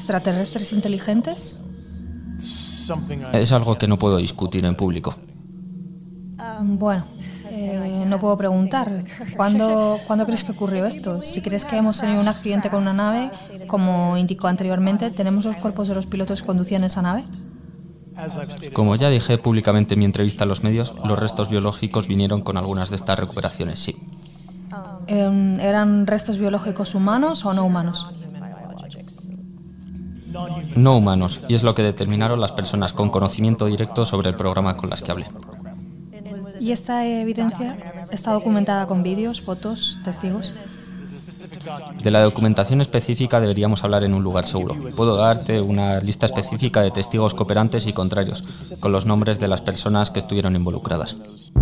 ¿Extraterrestres inteligentes? Es algo que no puedo discutir en público. Bueno, no puedo preguntar. ¿Cuándo crees que ocurrió esto? Si crees que hemos tenido un accidente con una nave, como indicó anteriormente, ¿tenemos los cuerpos de los pilotos que conducían esa nave? Como ya dije públicamente en mi entrevista a los medios, los restos biológicos vinieron con algunas de estas recuperaciones, sí. ¿Eran restos biológicos humanos o no humanos? No humanos, y es lo que determinaron las personas con conocimiento directo sobre el programa con las que hablé. ¿Y esta evidencia está documentada con vídeos, fotos, testigos? De la documentación específica deberíamos hablar en un lugar seguro. Puedo darte una lista específica de testigos cooperantes y contrarios, con los nombres de las personas que estuvieron involucradas.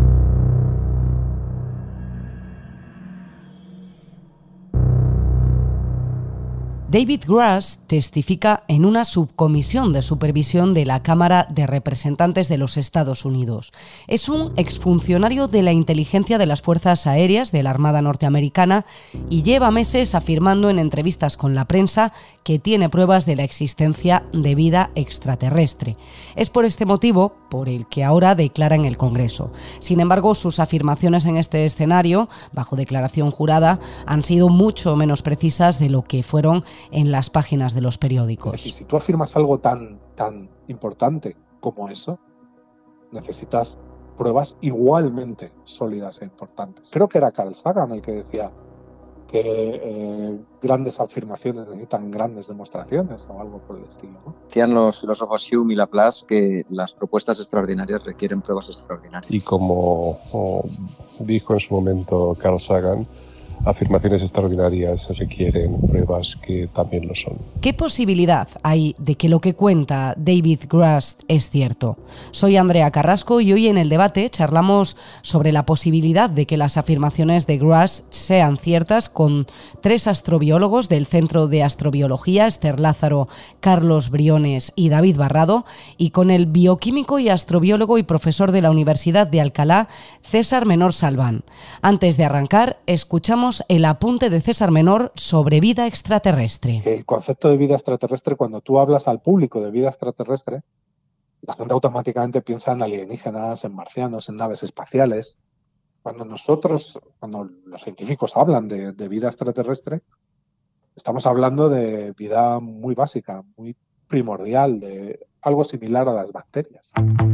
David Grush testifica en una subcomisión de supervisión de la Cámara de Representantes de los Estados Unidos. Es un exfuncionario de la inteligencia de las Fuerzas Aéreas de la Armada Norteamericana y lleva meses afirmando en entrevistas con la prensa que tiene pruebas de la existencia de vida extraterrestre. Es por este motivo por el que ahora declara en el Congreso. Sin embargo, sus afirmaciones en este escenario, bajo declaración jurada, han sido mucho menos precisas de lo que fueron en las páginas de los periódicos. Si tú afirmas algo tan importante como eso, necesitas pruebas igualmente sólidas e importantes. Creo que era Carl Sagan el que decía que grandes afirmaciones necesitan grandes demostraciones o algo por el estilo, ¿no? Decían los filósofos Hume y Laplace que las propuestas extraordinarias requieren pruebas extraordinarias. Y como dijo en su momento Carl Sagan, afirmaciones extraordinarias requieren pruebas que también lo son. ¿Qué posibilidad hay de que lo que cuenta David Grush es cierto? Soy Andrea Carrasco y hoy en El Debate charlamos sobre la posibilidad de que las afirmaciones de Grush sean ciertas con 3 astrobiólogos del Centro de Astrobiología, Esther Lázaro, Carlos Briones y David Barrado, y con el bioquímico y astrobiólogo y profesor de la Universidad de Alcalá, César Menor Salván. Antes de arrancar, escuchamos el apunte de César Menor sobre vida extraterrestre. El concepto de vida extraterrestre, cuando tú hablas al público de vida extraterrestre, la gente automáticamente piensa en alienígenas, en marcianos, en naves espaciales. Cuando los científicos hablan de vida extraterrestre, estamos hablando de vida muy básica, muy primordial, de algo similar a las bacterias.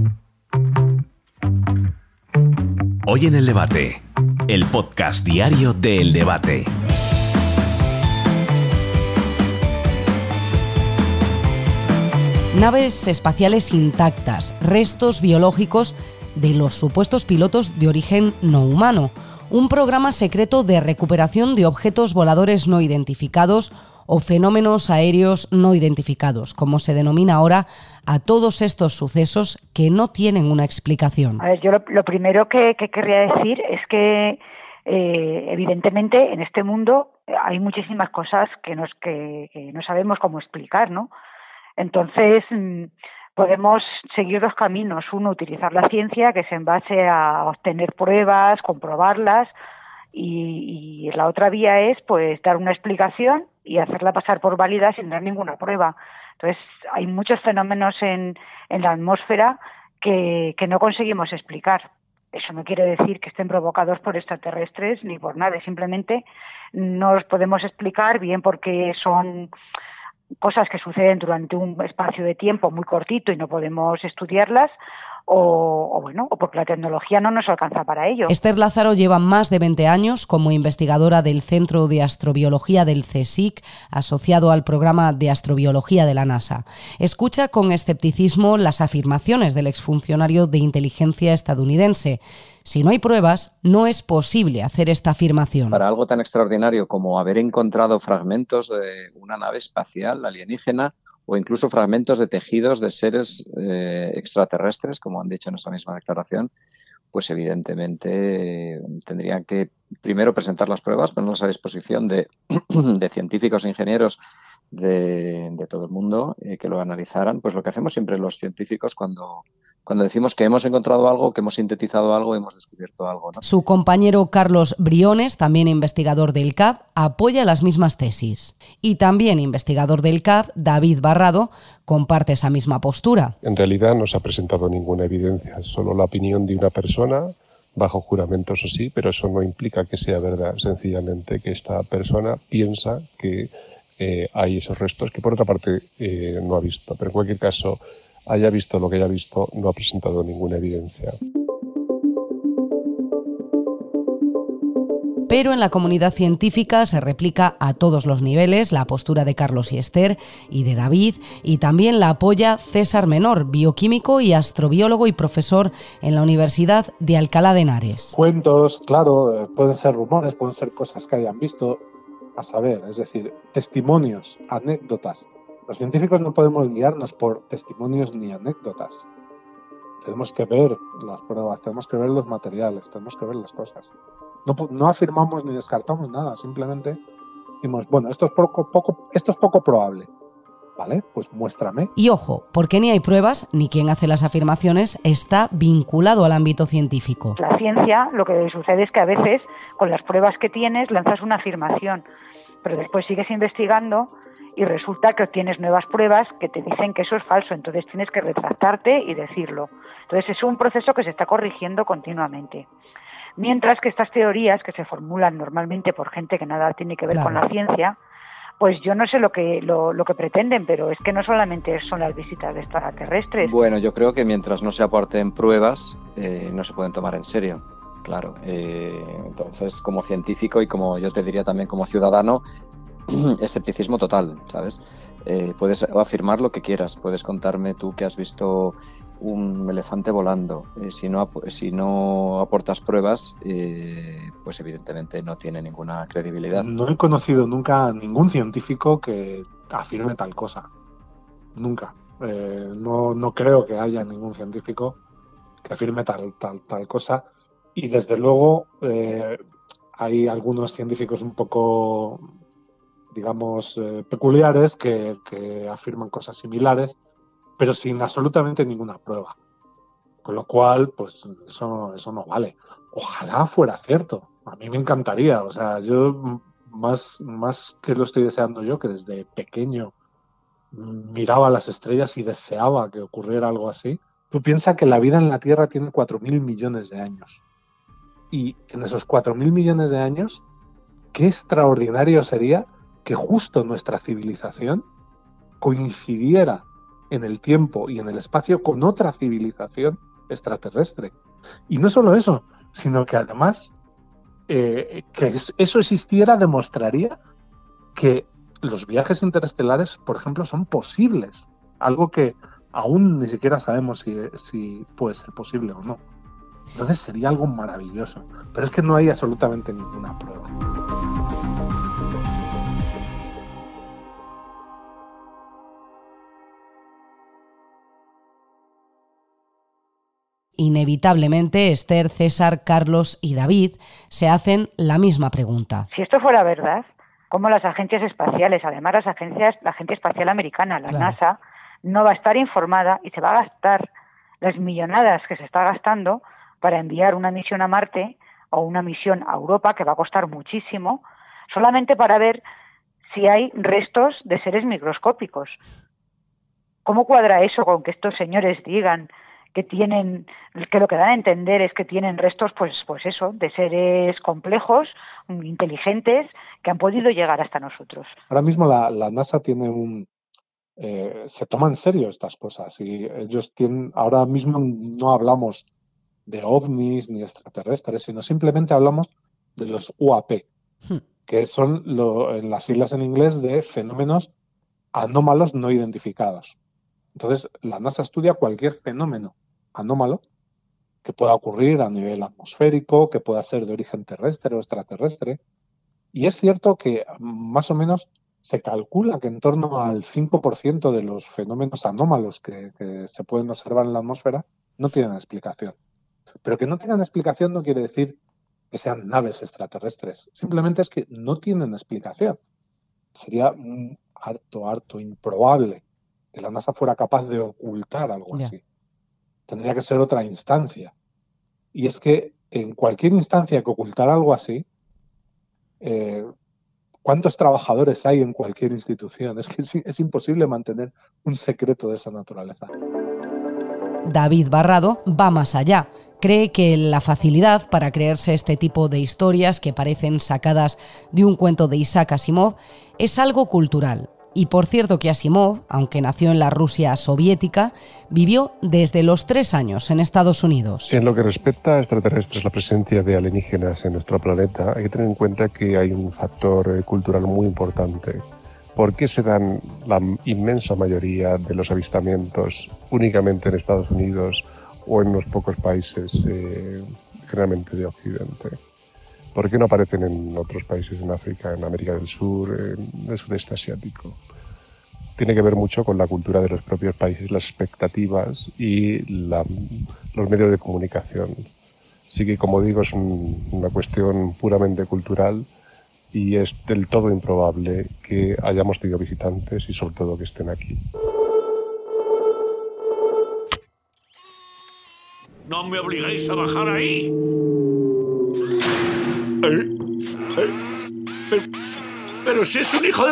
Hoy en El Debate, el podcast diario de El Debate. Naves espaciales intactas, restos biológicos de los supuestos pilotos de origen no humano, un programa secreto de recuperación de objetos voladores no identificados o fenómenos aéreos no identificados, como se denomina ahora a todos estos sucesos que no tienen una explicación. A ver, yo lo primero que querría decir es que evidentemente en este mundo hay muchísimas cosas que no sabemos cómo explicar, ¿no? Entonces podemos seguir 2 caminos. Uno, utilizar la ciencia, que es en base a obtener pruebas, comprobarlas, y la otra vía es pues dar una explicación y hacerla pasar por válida sin dar ninguna prueba. Entonces hay muchos fenómenos en la atmósfera que no conseguimos explicar. Eso no quiere decir que estén provocados por extraterrestres ni por nada, simplemente no los podemos explicar, bien porque son cosas que suceden durante un espacio de tiempo muy cortito y no podemos estudiarlas, o porque la tecnología no nos alcanza para ello. Esther Lázaro lleva más de 20 años como investigadora del Centro de Astrobiología del CSIC, asociado al programa de astrobiología de la NASA. Escucha con escepticismo las afirmaciones del exfuncionario de inteligencia estadounidense. Si no hay pruebas, no es posible hacer esta afirmación. Para algo tan extraordinario como haber encontrado fragmentos de una nave espacial alienígena o incluso fragmentos de tejidos de seres extraterrestres, como han dicho en esta misma declaración, pues evidentemente tendrían que primero presentar las pruebas, ponerlas a disposición de científicos e ingenieros de todo el mundo que lo analizaran. Pues lo que hacemos siempre los científicos cuando cuando decimos que hemos encontrado algo, que hemos sintetizado algo, hemos descubierto algo, ¿no? Su compañero Carlos Briones, también investigador del CAP, apoya las mismas tesis. Y también investigador del CAP, David Barrado, comparte esa misma postura. En realidad no se ha presentado ninguna evidencia, solo la opinión de una persona, bajo juramento, eso sí, pero eso no implica que sea verdad, sencillamente que esta persona piensa que hay esos restos, que por otra parte no ha visto. Pero en cualquier caso, haya visto lo que haya visto, no ha presentado ninguna evidencia. Pero en la comunidad científica se replica a todos los niveles la postura de Carlos y Esther y de David, y también la apoya César Menor, bioquímico y astrobiólogo y profesor en la Universidad de Alcalá de Henares. Cuentos, claro, pueden ser rumores, pueden ser cosas que hayan visto, a saber, es decir, testimonios, anécdotas. Los científicos no podemos guiarnos por testimonios ni anécdotas. Tenemos que ver las pruebas, tenemos que ver los materiales, tenemos que ver las cosas. No afirmamos ni descartamos nada, simplemente decimos, bueno, esto es poco probable. Vale, pues muéstrame. Y ojo, porque ni hay pruebas, ni quien hace las afirmaciones está vinculado al ámbito científico. La ciencia, lo que sucede es que a veces, con las pruebas que tienes, lanzas una afirmación, pero después sigues investigando y resulta que obtienes nuevas pruebas que te dicen que eso es falso, entonces tienes que retractarte y decirlo. Entonces es un proceso que se está corrigiendo continuamente. Mientras que estas teorías, que se formulan normalmente por gente que nada tiene que ver con la ciencia, pues yo no sé lo que pretenden, pero es que no solamente son las visitas de extraterrestres. Bueno, yo creo que mientras no se aporten pruebas, no se pueden tomar en serio. Claro, entonces como científico y como yo te diría también como ciudadano, escepticismo total, ¿sabes? Puedes afirmar lo que quieras, puedes contarme tú que has visto un elefante volando. Si no aportas pruebas, pues evidentemente no tiene ninguna credibilidad. No he conocido nunca a ningún científico que afirme tal cosa. Nunca. No creo que haya ningún científico que afirme tal cosa. Y desde luego hay algunos científicos un poco, digamos, peculiares que afirman cosas similares, pero sin absolutamente ninguna prueba. Con lo cual, pues eso no vale. Ojalá fuera cierto. A mí me encantaría. O sea, yo más que lo estoy deseando yo, que desde pequeño miraba las estrellas y deseaba que ocurriera algo así. Tú piensas que la vida en la Tierra tiene 4.000 millones de años. Y en esos 4.000 millones de años, qué extraordinario sería que justo nuestra civilización coincidiera en el tiempo y en el espacio con otra civilización extraterrestre. Y no solo eso, sino que además que eso existiera demostraría que los viajes interestelares, por ejemplo, son posibles. Algo que aún ni siquiera sabemos si puede ser posible o no. Entonces sería algo maravilloso. Pero es que no hay absolutamente ninguna prueba. Inevitablemente, Esther, César, Carlos y David se hacen la misma pregunta. Si esto fuera verdad, ¿cómo las agencias espaciales, además la Agencia Espacial Americana, la NASA, no va a estar informada y se va a gastar las millonadas que se está gastando para enviar una misión a Marte o una misión a Europa, que va a costar muchísimo, solamente para ver si hay restos de seres microscópicos? ¿Cómo cuadra eso con que estos señores digan que lo que dan a entender es que tienen restos, pues eso, de seres complejos, inteligentes, que han podido llegar hasta nosotros? Ahora mismo la NASA tiene se toma en serio estas cosas y ellos ahora mismo no hablamos de ovnis ni extraterrestres, sino simplemente hablamos de los UAP, que son en las siglas en inglés de fenómenos anómalos no identificados. Entonces, la NASA estudia cualquier fenómeno anómalo que pueda ocurrir a nivel atmosférico, que pueda ser de origen terrestre o extraterrestre. Y es cierto que más o menos se calcula que en torno al 5% de los fenómenos anómalos que se pueden observar en la atmósfera no tienen explicación. Pero que no tengan explicación no quiere decir que sean naves extraterrestres. Simplemente es que no tienen explicación. Sería harto improbable que la NASA fuera capaz de ocultar algo así. tendría que ser otra instancia. Y es que en cualquier instancia que ocultara algo así, ¿cuántos trabajadores hay en cualquier institución? Es que es imposible mantener un secreto de esa naturaleza. David Barrado va más allá. Cree que la facilidad para creerse este tipo de historias que parecen sacadas de un cuento de Isaac Asimov es algo cultural. Y por cierto que Asimov, aunque nació en la Rusia soviética, vivió desde los 3 años en Estados Unidos. En lo que respecta a extraterrestres, la presencia de alienígenas en nuestro planeta, hay que tener en cuenta que hay un factor cultural muy importante. ¿Por qué se dan la inmensa mayoría de los avistamientos únicamente en Estados Unidos o en unos pocos países, generalmente de Occidente? ¿Por qué no aparecen en otros países, en África, en América del Sur, en el sudeste asiático? Tiene que ver mucho con la cultura de los propios países, las expectativas y los medios de comunicación. Así que, como digo, es una cuestión puramente cultural y es del todo improbable que hayamos tenido visitantes y sobre todo que estén aquí. ¡No me obliguéis a bajar ahí! Pero si es un hijo de...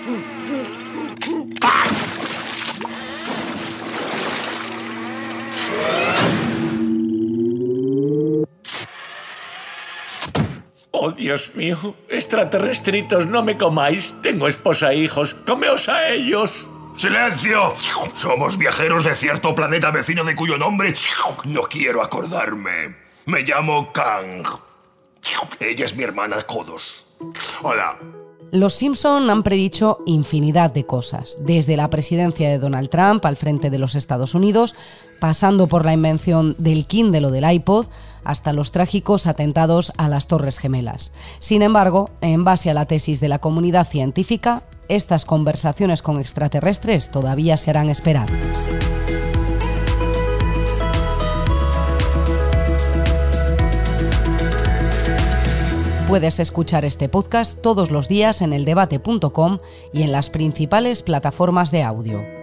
¡Oh, Dios mío! Extraterrestritos, no me comáis. Tengo esposa e hijos. ¡Comeos a ellos! ¡Silencio! Somos viajeros de cierto planeta vecino de cuyo nombre no quiero acordarme. Me llamo Kang. Ella es mi hermana Kodos. Hola. Los Simpson han predicho infinidad de cosas, desde la presidencia de Donald Trump al frente de los Estados Unidos, pasando por la invención del Kindle o del iPod, hasta los trágicos atentados a las Torres Gemelas. Sin embargo, en base a la tesis de la comunidad científica, estas conversaciones con extraterrestres todavía se harán esperar. Puedes escuchar este podcast todos los días en eldebate.com y en las principales plataformas de audio.